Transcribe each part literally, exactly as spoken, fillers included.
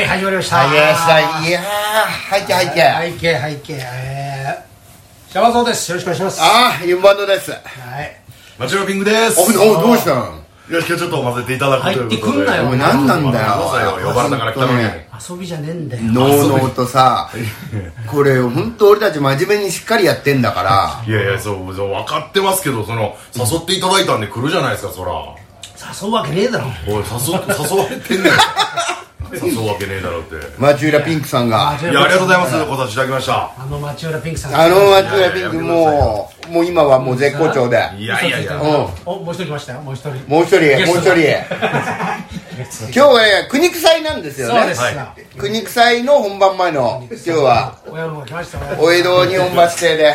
はい始まりました。 はいいらっしゃい。いやー背景背景背景背景えーシャバゾウです。よろしくお願いします。 あーユンバンドです。はいマチュラピングです。 おおどうしたの。 いや今日ちょっと混ぜていただくということで。 入ってくんなよ。 お前何なんだよ。 呼ばれたから来たのに遊びじゃねえんだよ。 ノーノーとさこれ本当俺たち真面目にしっかりやってんだからいやいやそうそう分かってますけど、その誘っていただいたんで来るじゃないですか。そら誘うわけねえだろ。 おい誘誘われてんねん誘うわけねえだろって。 町浦ピンクさんがいやありがとうございます。お越しいただきました。 あの町浦ピンクさん、 あの町浦ピンクもうもう今はもう絶好調で、 いやいやいや、 おもう一人来ましたよ。もう一人もう一人もう一人今日は国臭なんですよね。 そうです、 は国臭の本番前の今日はお宿が来ました。 お江戸日本橋邸で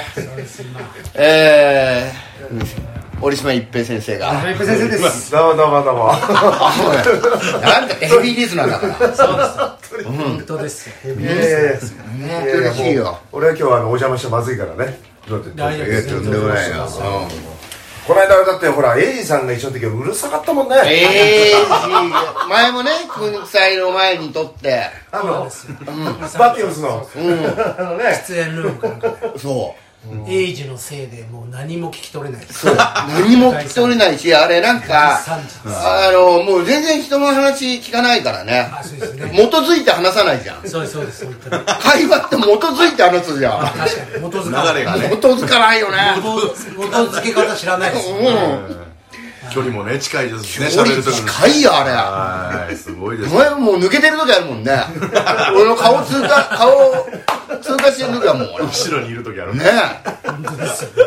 えー折島一平先生が折島一平先生です。 どうもどうもどうもなんだってヘビーリスナーだからそうです、本当ですよ。ヘビーですよね。 嬉しいよ。 俺は今日はあのお邪魔してまずいからね。どうやって大丈夫です。 とんでもないよ。 この間だってほらエイジさんが一緒の時はうるさかったもんね。 ええ前もね国臭の前に撮ってあのババティオスのあのね出演ルームかなんかでそうエイジのせいでもう何も聞き取れないです。 そう何も聞き取れないしあれなんかあのもう全然人の話聞かないからね。 あそうですね。 基づいて話さないじゃん。 そうですそうです。 会話って基づいて話すじゃん。 確かに基づか流れがね基づかないよね。 基づけ方知らないですよ。 距離もね近いですしね。 距離近いよあれ。 はいすごいです。 お前もう抜けてる時あるもんね。俺の顔通過顔通過してる時はもう俺後ろにいる時あるね。 本当ですよ。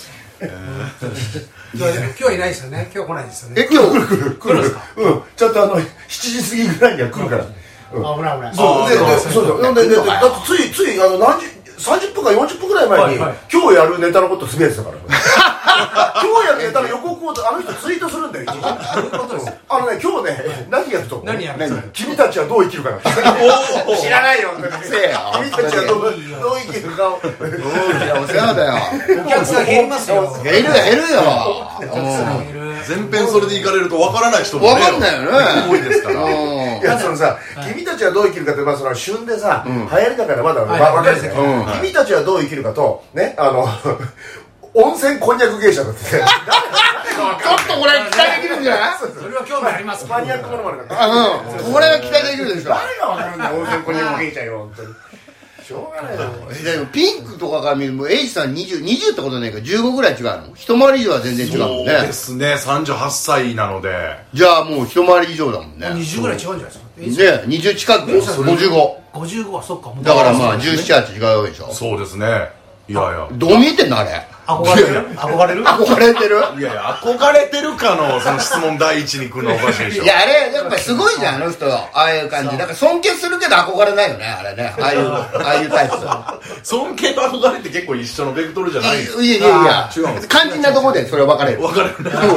今日はいないですよね。今日来ないですよね。 え今日来る来るうんちょっとあのしちじ過ぎぐらいには来るから。 危ない危ない。 そうででそうそうででだってついついあの何時さんじゅっぷんかよんじゅっぷんぐらい前に今日やるネタのことつぶやいてたから。今日やるネタの予告をあの人ツイートするんだよ。あのね今日ね何やると何やる？ 君たちはどう生きるかな。知らないよ。君たちはどうどう生きるかを。 お世話だよ。 お客さん減りますよ。 減る減るよ。 全編それで行かれると分からない人もね分かんないよね。 多いですから。 いやそのさ君たちはどう生きるかってまあその旬でさ流行りだからまだ分かるんですよ。君たちはどう生きるかとねあの温泉こんにゃく芸者だってね。ちょっとこれ期待できるんじゃない？ それは興味あります。 マニアックものまでだって。 うんこれは期待できるでしょ。 誰が分かるんだよ温泉こんにゃく芸者よ本当に。しょうがないよ。 でもピンクとかから見るとエイジさんにじゅう、にじゅうってことないからじゅうごぐらい違うの？一回り以上は全然違うもんね。 そうですねさんじゅうはっさいなので。 じゃあもう一回り以上だもんね。 にじゅうぐらい違うんじゃないですか。 ねにじゅう近くごじゅうご。 ごじゅうごはそっか。 だからまあじゅうなな、はち違うでしょ。 そうですね。いやいやどう見えてんのあれ。 憧れる憧れる憧れてる。 いやいや憧れてるかのその質問第一に来るのおかしいでしょ。 いやあれやっぱりすごいじゃんあの人ああいう感じ。だから尊敬するけど憧れないよねあれね。ああいうああいうタイプ。 尊敬と憧れって結構一緒のベクトルじゃないですか。 いやいやいや違うんです肝心なとこでそれは分かれる。 分かれる。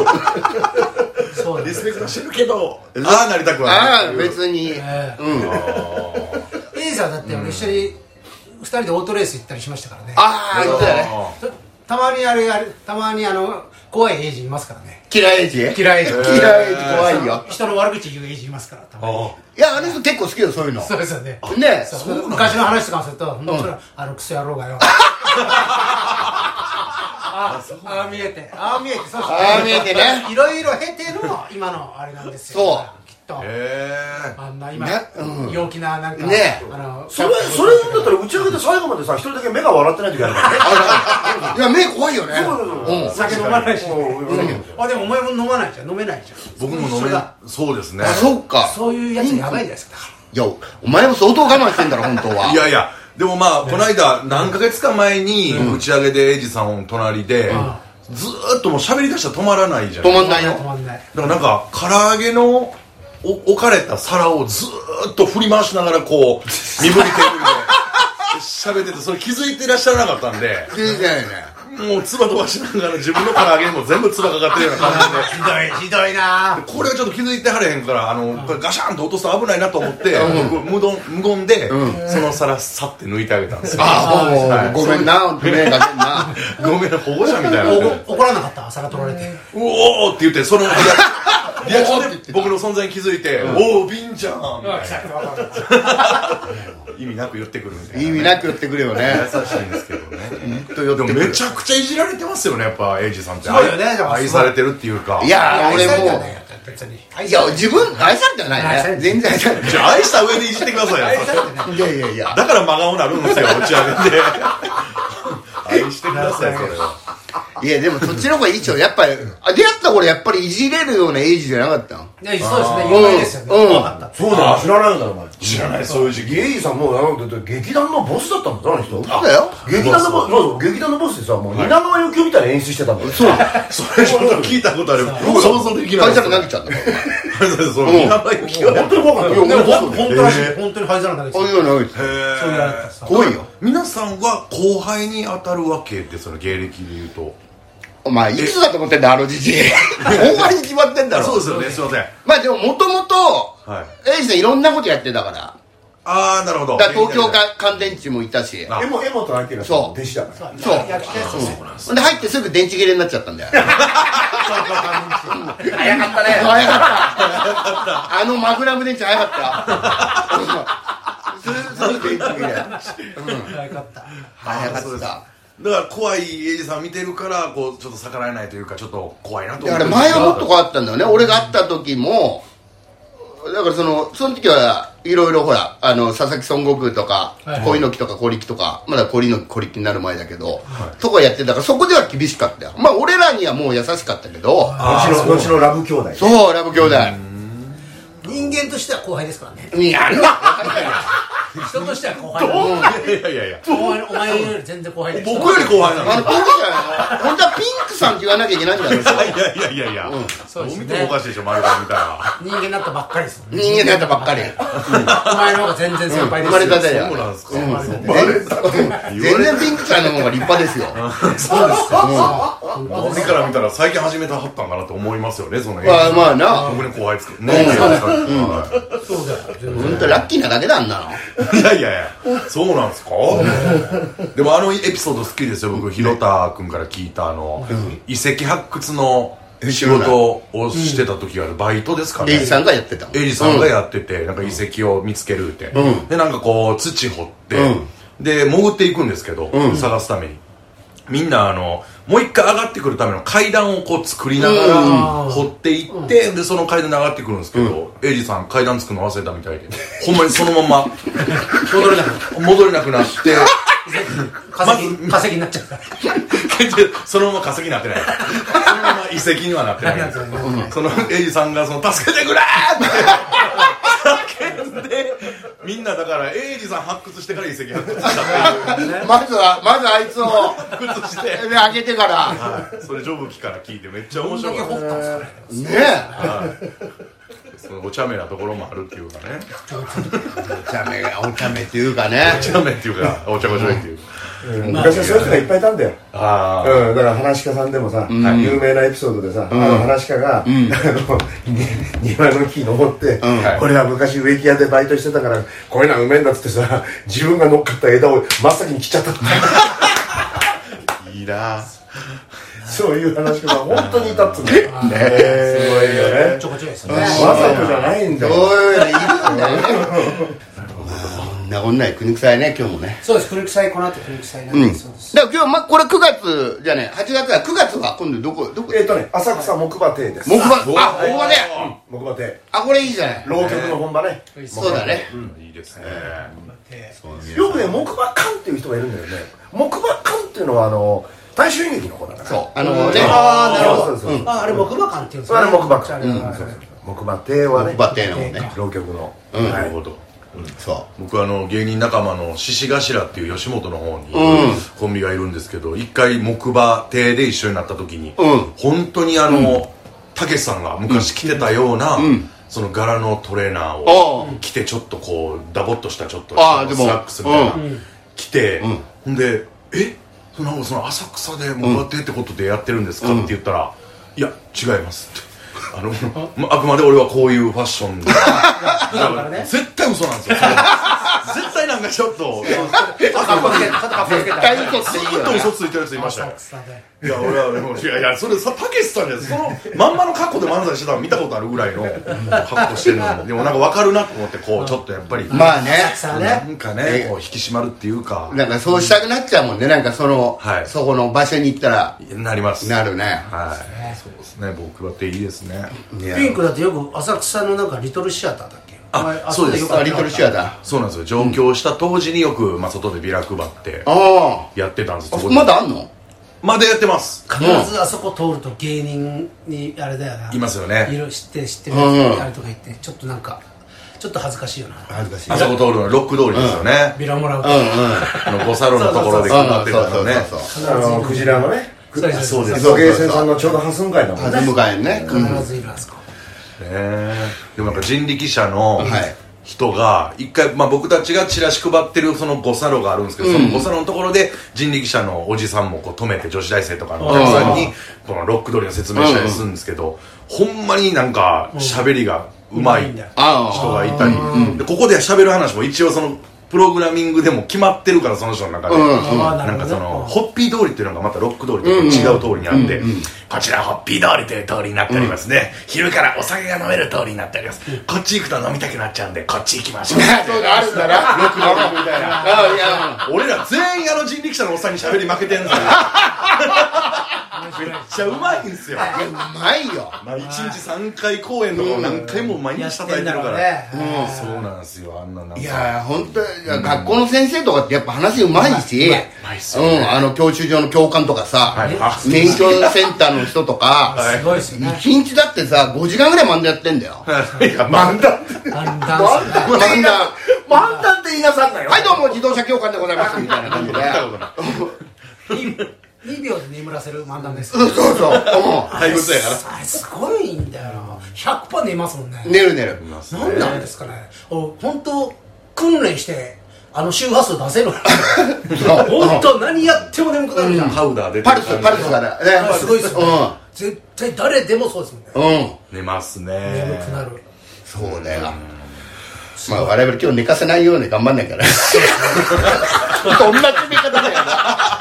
そうリスペクトしてるけどああなりたくはない。 ああ別にうん。 エイジさんだって俺一緒にふたりでオートレース行ったりしましたからね。 ああ言ってたね。 たまにあれあれたまにあの怖いエイジいますからね。 嫌いエイジ嫌いエイジ嫌いエイジ怖いよ。 人の悪口言うエイジいますからたまに。 いやあの人結構好きよそういうの。 そうですよね。 ね昔の話とかすると本当にあのクソ野郎がよ。ああ見えてああ見えてそうああ見えてね。 いろいろ経ての今のあれなんですよ。 そうきっと。 へあんな今ねうん陽気ななんかねあのそれそれだったら打ち上げで最後までさ一人だけ目が笑ってない時あるからね。 いや目怖いよね。 うん酒飲まないし。あでもお前も飲まないじゃん飲めないじゃん。 僕も飲めそうですね。 あそっか。 そういうやつやばいじゃないですか。 いやお前も相当我慢してんだろ本当は。 いやいやでもまあこの間何ヶ月か前に打ち上げでエイジさんを隣でずーっともう喋り出したら止まらないじゃん。 止まんないよ。 止まんない。 だからなんか唐揚げの置かれた皿をずーっと振り回しながらこう身振り手振りで喋っててそれ気づいてらっしゃらなかったんで気づいてないよね。 もう唾飛ばしながら自分の唐揚げにも全部唾かかってるような感じでひどいひどいな。 これはちょっと気づいてはれへんからあのこれガシャンと落とすと危ないなと思って僕無言無言でその皿さって抜いてあげたんですよ。 ああごめんな本当ねかけんな。 ごめん保護者みたいな。 怒らなかった皿取られて。 うおーって言ってそのリアクションで僕の存在に気づいて、おおビンちゃん意味なく言ってくるみたいな、 意味なく言ってくるよね。 優しいんですけどね。 でもでもめちゃくちゃいじられてますよね、やっぱエイジさんって。 そうよね。 愛されてるっていうか。 いや俺もういや自分愛されてはないね。全然愛されてない。 じゃあ愛した上でいじってくださいよ。 いやいやいや。 だから真顔になるんですよ、打ち上げて。愛してください、それは。 いやでもそっちの方がいいっちゃう。やっぱり出会った頃やっぱりいじれるようなエイジじゃなかったの。 いやそうですね、有名ですよね。分かった。 そうだ、知らないんだろお前。 知らない、そういう時期。 ゲイさんもう劇団のボスだったんだ、あの人。 そうだよ。 劇団のボス、そうそう劇団のボスでさ、もう蜷川幸雄みたいな演出してたんだよ。 そうそれちょっと聞いたことある。想像できない。 会社で投げちゃったから。 そう、蜷川幸雄本当に怖かったよ。 本当らしい、本当に灰皿投げてた。 そういうの投げてた。 そういうやつ。 怖いよ。 皆さんは後輩に当たるわけで、その芸歴で言うと。 お前いつだと思ってんだあのじじい。ほんまに決まってんだろ。 そうですよね、すいません。 まあでももともとエイジさんいろんなことやってたから。 ああなるほど。 だから東京か乾電池もいたし。 エモエモと相手が弟子だから。 そう。そうで入ってすぐ電池切れになっちゃったんだよ。早かったね。早かった。あのマグナム電池早かった。すぐ電池切れ。 早かった。 早かった。 だから怖いエイジさん見てるからこうちょっと逆らえないというかちょっと怖いなと思って。だから前はもっと怖かったんだよね。俺が会った時もだからそのその時はいろいろほらあの佐々木孫悟空とか小猪木とか小力とかまだ小猪木小力になる前だけど、はい、とかやってたからそこでは厳しかったよ。まあ俺らにはもう優しかったけど後の後のラブ兄弟。 そうラブ兄弟。 人間としては後輩ですからね。 いや人としては後輩だ。 いやいやいや。 お前より全然後輩です。 僕より後輩なの。 あのピンクじゃないの。本当はピンクさんって言わなきゃいけないんだろ。いやいやいやいや。 そうですね。 見てもおかしいでしょ、丸顔みたいな。 人間になったばっかりですもんね。 人間になったばっかり。 お前の方が全然先輩です。 生まれたてや。 そうなんですか。 全然ピンクちゃんの方が立派ですよ。 そうですか。僕から見たら最近始めたはったんかなと思いますよね、その。 まあまあな。 僕に後輩作る。ね。 そうだよ。 本当ラッキーなだけだんなの。 いやいやいや。そうなんですか。でもあのエピソード好きですよ。僕広田君から聞いたあの遺跡発掘の仕事をしてた時がバイトですかね。 エイジさんがやってた。 エイジさんがやっててなんか遺跡を見つけるってでなんかこう土掘ってで潜っていくんですけど探すためにみんなあのもう一回上がってくるための階段をこう作りながら掘っていってでその階段で上がってくるんですけどエイジさん階段作るの忘れたみたいでほんまにそのまま戻れなく戻れなくなって化石化石になっちゃったそのまま化石になってないそのまま遺跡にはなってないそのエイジさんがその助けてくれって叫んでみんなだからエイジさん発掘してから遺跡発掘したっていうまずはまずあいつを発掘して開けてからはいそれジョブキから聞いてめっちゃ面白かったねえそのお茶目なところもあるっていうかねお茶目お茶目っていうかねお茶目っていうかお茶こちょいっていう昔はそういう人がいっぱいいたんだよ。 あうん、だから話し家さんでもさ、有名なエピソードでさ、あの話し家が、あの庭の木登って、俺は昔植木屋でバイトしてたからこういうのはうめえんだっつってさ、自分が乗っかった枝を真っ先に切っちゃったいいなそういう話が本当にいたっつうんだよ。ねえ、すごいよね。 ちょこちょいですね。 わざとじゃないんだよ。 そういうのいるんだよね。こんなこんない国臭いね今日もね。 そうです。国臭いこの後国臭いなんでそうです。 だから今日まこれくがつじゃねはちがつはくがつは今度どこどこ。 えっとね浅草木馬亭です。 木馬あ木馬で。 木馬亭。 あこれいいじゃない。 浪曲の本場ね。 そうだね。 いいですねよくね木馬館っていう人がいるんだよね。木馬館っていうのはあの大衆演劇の子だから。 そうあのね。 ああなるほど。ああれ木馬館っていうんですか。 あれ木馬館。木馬亭はね。 木馬亭のね。 浪曲の。 なるほど。 そう僕あの芸人仲間の獅子頭っていう吉本の方にコンビがいるんですけど一回木馬亭で一緒になった時に本当にあのたけしさんが昔着てたようなその柄のトレーナーを着てちょっとこうダボっとしたちょっとスラックスみたいな着てほんで「えなんかその浅草で木馬亭ってことでやってるんですか?」って言ったら「いや違います」って。あのあくまで俺はこういうファッションで絶対嘘なんですよ絶対なんなんかちょっとかっこつけて、ちょっとかっこつけて。 絶対嘘ついてるよね。 嘘ついてるやついましたよ。 浅草で。 いや俺はでもいやいやそれさたけしさんじゃないそのまんまの格好で漫才してたの見たことあるぐらいの格好してるのでもなんか分かるなと思ってこうちょっとやっぱりまあね、 浅草ね。 なんかねこう引き締まるっていうかなんかそうしたくなっちゃうもんね。なんかその、 はいそこの場所に行ったらなりますなるね。 はいそうですね僕はっていいですねいやピンクだってよく浅草のなんかリトルシアターだっけ？ あ前そうですそこよかったあリトルシアター。 そうなんですよ上京した当時によくまあ外でビラ配ってあやってたんですあ、 そこでまだあんの？ まだやってます必ずあそこ通ると芸人にあれだよな。 いますよねいろいろ知ってる知ってるうんうんやつあれとか言ってちょっとなんかちょっと恥ずかしいよな。 恥ずかしい。 あそこ通るのロック通りですよねビラもらうと。 うんうん。 あの五サロのところで配ってたのねそうそうそう。 あのクジラのねそうですそうです土芸船さんのちょうどハス向かいだもんね初迎えね。 必ずいるあそこ。 ねでもなんか人力車のはい人が一回、まあ、僕たちがチラシ配ってるその五サロがあるんですけど、その五サロのところで人力車のおじさんもこう止めて女子大生とかのお客さんにこのロック通りの説明したりするんですけど、ほんまになんか喋りがうまい人がいたり、でここで喋る話も一応そのプログラミングでも決まってるからその人の中で、 うんなんかそのホッピー通りっていうのがまたロック通りと違う通りにあって、こちらホッピー通りという通りになっておりますね、昼からお酒が飲める通りになっております、こっち行くと飲みたくなっちゃうんでこっち行きましょうそうだあるんだな。ロックロールみたいな。あいや。 俺ら全員あの人力車のおっさんに喋り負けてんすよめっちゃうまいんすようまいよ。 まあいちにちさんかい公演とかを何回も毎日叩いてるから、 ね。 そうなんですよあんななんかいやー本当に学校の先生とかってやっぱ話うまいし、 うまいっすよねうんあの教習所の教官とかさ、 はいあ免許センターの人とか、 すごいですよね。 一日だってさごじかんぐらい漫談やってんだよ。 いや漫談あんダンスね。 漫談。 漫談って言いなさんなよはいどうも自動車教官でございますみたいな感じで。 見たことないにびょうで眠らせる漫談です。 そうそうそう。 怪物やからあれすごいんだよな。ひゃくパーセント寝ますもんね。 寝る寝る。 なんなんですかね。お本当訓練してあの周波数出せる。本当何やっても眠くなるじゃん。 パウダー出てパルスパルスがね。 あすごいですよね。絶対誰でもそうですもんね。 うん。 寝ますね眠くなる。 そうだよ。まあ我々今日寝かせないように頑張んないから。どんな寝方だよな。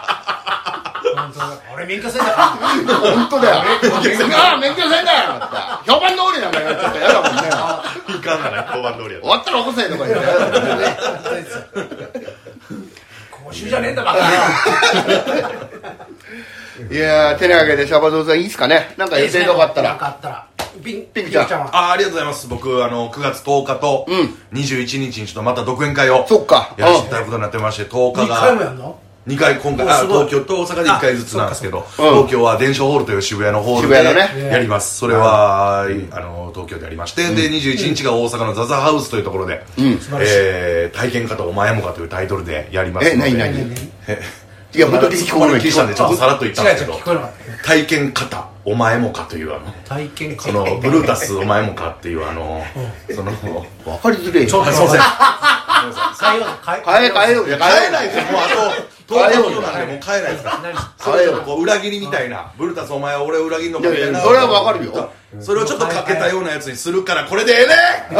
俺免許制だよ。 本当だよ。ああ免許制だよって。評判通りなんだよ。ちょっとやだもんね。 いかんなら評判通りや終わったら起こせとか言って。 講習じゃねえんだバカ。 いやーてなわけでシャバゾウさんいいっすかね。なんか予定とかあったなんら。 かあったら。ピンピンクちゃんは。 あありがとうございます僕あのくがつとおかとにじゅういちにちにちょっとまた独演会をそっかやらせていただくことになってましてとおか二回もやがんの？ にかい今回あおすごい東京と大阪でいっかいずつなんですけどそっかそっか東京は伝承ホールという渋谷のホールで渋谷のねやりますそれはあの東京でやりましてでにじゅういちにちが大阪のザザハウスというところでえー体験家とお前もかというタイトルでやりますのでえ何何えいや本当にそこまで聞いたんでちょっとさらっと言ったん違うですけど違う聞こえなかった。 体験方お前もかというあの体験そのブルータスお前もかっていうあのその分かりづれえよ。 ちょっとあすいません変えよう変え変えよう。 いや変えないですよもうあととおかほどなんでもう変えないですから何それちょっとこう裏切りみたいなブルータスお前は俺を裏切るのかみたいなそれは分かるよ。 それをちょっとかけたようなやつにするからこれでええね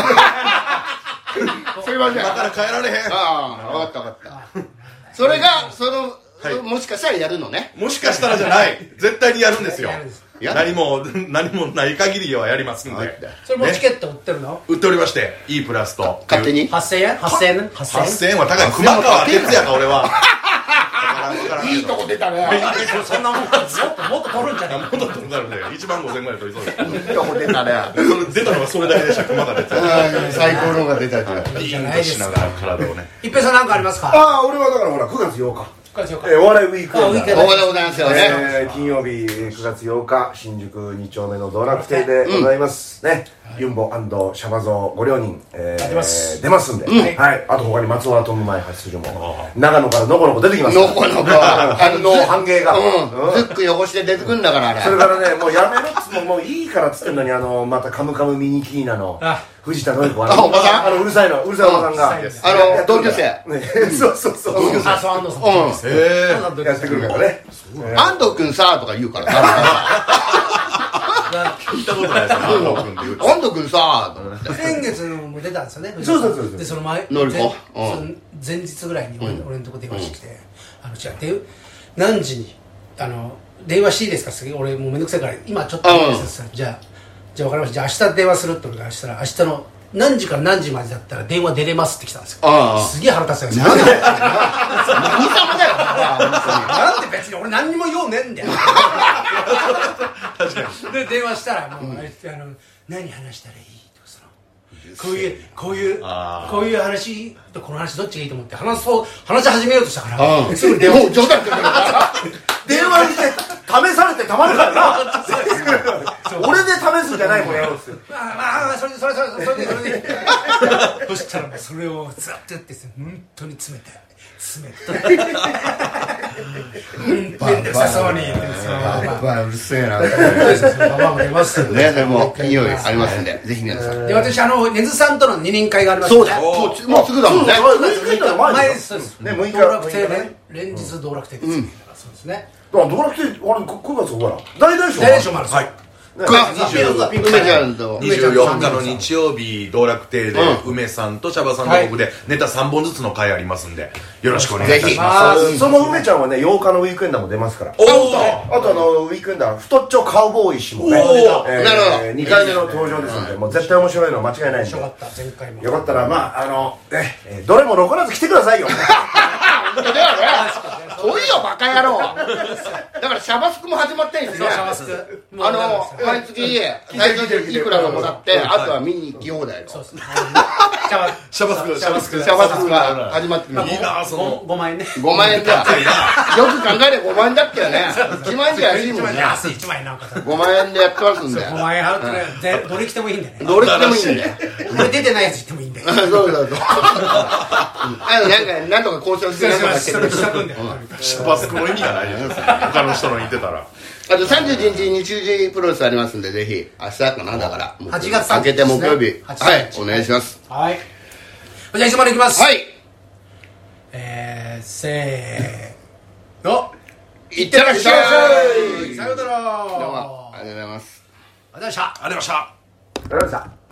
すいません。 今から変えられへんああ分かった分かった。それがそのはいもしかしたらやるのね。 もしかしたらじゃない絶対にやるんですよやるんですやる何も何もない限りはやりますんでそれもチケット売ってるの？ 売っておりまして E プラスと勝手にはっせんえん？はっせんえん？はっせんえん？ はっせんえんは高い熊川哲也か俺はいいとこ出たね。 そんなもんもっともっと取るんじゃねえか。 もっと取るからねいちまんごせんぐらい取りそうですいいとこ出たね。 それ出たのがそれだけでした熊川哲也ああ最高のが出たじゃん。 いいんとしながら体をね一平さんなんかありますか？ ああ俺はだからほらくがつようかこれしようかえーお笑いウィークエンダーあウィークエンダここでございますよね。 えー金曜日くがつようか新宿に丁目の道楽亭でございます、ねユンボ&シャバゾウご両人、えー出ます出ますんで、はい、あと他に松尾アトム前発出場も長野からのこのこ出てきますのこのこ反応反芸が、 うんズック汚して出てくんだからあれ。 それからねもうやめろっつってももういいからっつってんのにあのまたカムカムミニキーナのあ藤田のり子あおばさんあのうるさいのうるさいおばさんがうるあの同級生。 ねそうそうそう同級生あそう安藤さん。 うん安藤さんやってくるからね安藤君さとか言うからさ。 聞いたことないですよ安藤君って言う安藤君さと思って。 先月も出たんですよね。 そうそうそうそうでその前のりこぜうんその前日ぐらいに俺,、うん、俺のとこ電話してきて、うん、あの違うで何時にあの電話していいですかって俺もうめんどくさいから今ちょっと電話する、うん、じゃあじゃあ分かりましたじゃあ明日電話するって俺がしたら明日の何時から何時までだったら電話出れますって来たんですよ。すげえ腹立つよ。なんで何様だよなんで別に俺何にも用ねえんだよ確かにで電話したらもう、うん、あの何話したらいいとかそのこういうこういうこういう話とこの話どっちがいいと思って話そう話し始めようとしたからすぐ電話もう冗談って電話にして試されてたまるからな俺で試すんじゃないもんやろうっすよまあまあそれでそれそれそれでそれでそしたらもうそれをずっとやって本当に冷たい冷たいめんどくさそうにまあうるせえなねでもいよいよありますんでぜひ皆さんで私あの根津さんとの二人会がありますそうだもうすぐだもんね前ですそうです道楽亭で連日道楽亭ですそうですね道楽亭あれくがつほら大大賞大大賞もあるはいにじゅうよっかの日曜日道楽亭で梅さんと茶葉さんと僕でネタさんぼんずつの回ありますんでよろしくお願いいたします。 その梅ちゃんはねようかのウィークエンダーも出ますから。あとあのウィークエンダー太っちょカウボーイ氏もねにかいめの登場ですのでもう絶対面白いのは間違いないんでよかったらまああのどれも残らず来てくださいよ本当だよね来いよバカ野郎だからシャバスクも始まってんですよシャバスクあの毎月最初にいくらかもらってあとは見に行き放題のそうですねシャバスクシャバスクシャバスクが始まってるいいなそのごまん円ねごまん円だよく考えればごまん円だっけよねいちまん円じゃ安いもんね安いいちまん円なんかごまん円でやってますんでごまん円払ってねどれ来てもいいんだよねどれ来てもいいんだよこれ出てないやつ行ってもいいんだよそうそうそうあのなんかなんとか交渉してなんとかしてくれるシャバスクの意味がないよ他の人の言ってたらあとさんじゅういちにち日曜日プロレスありますんでぜひ明日かなだからはちがつ明けて木曜日はいお願いしますはいじゃあいつまでいきますはいえーせーのいってらっしゃいさようならどうもありがとうございますありがとうございましたありがとうございましたありがとうございました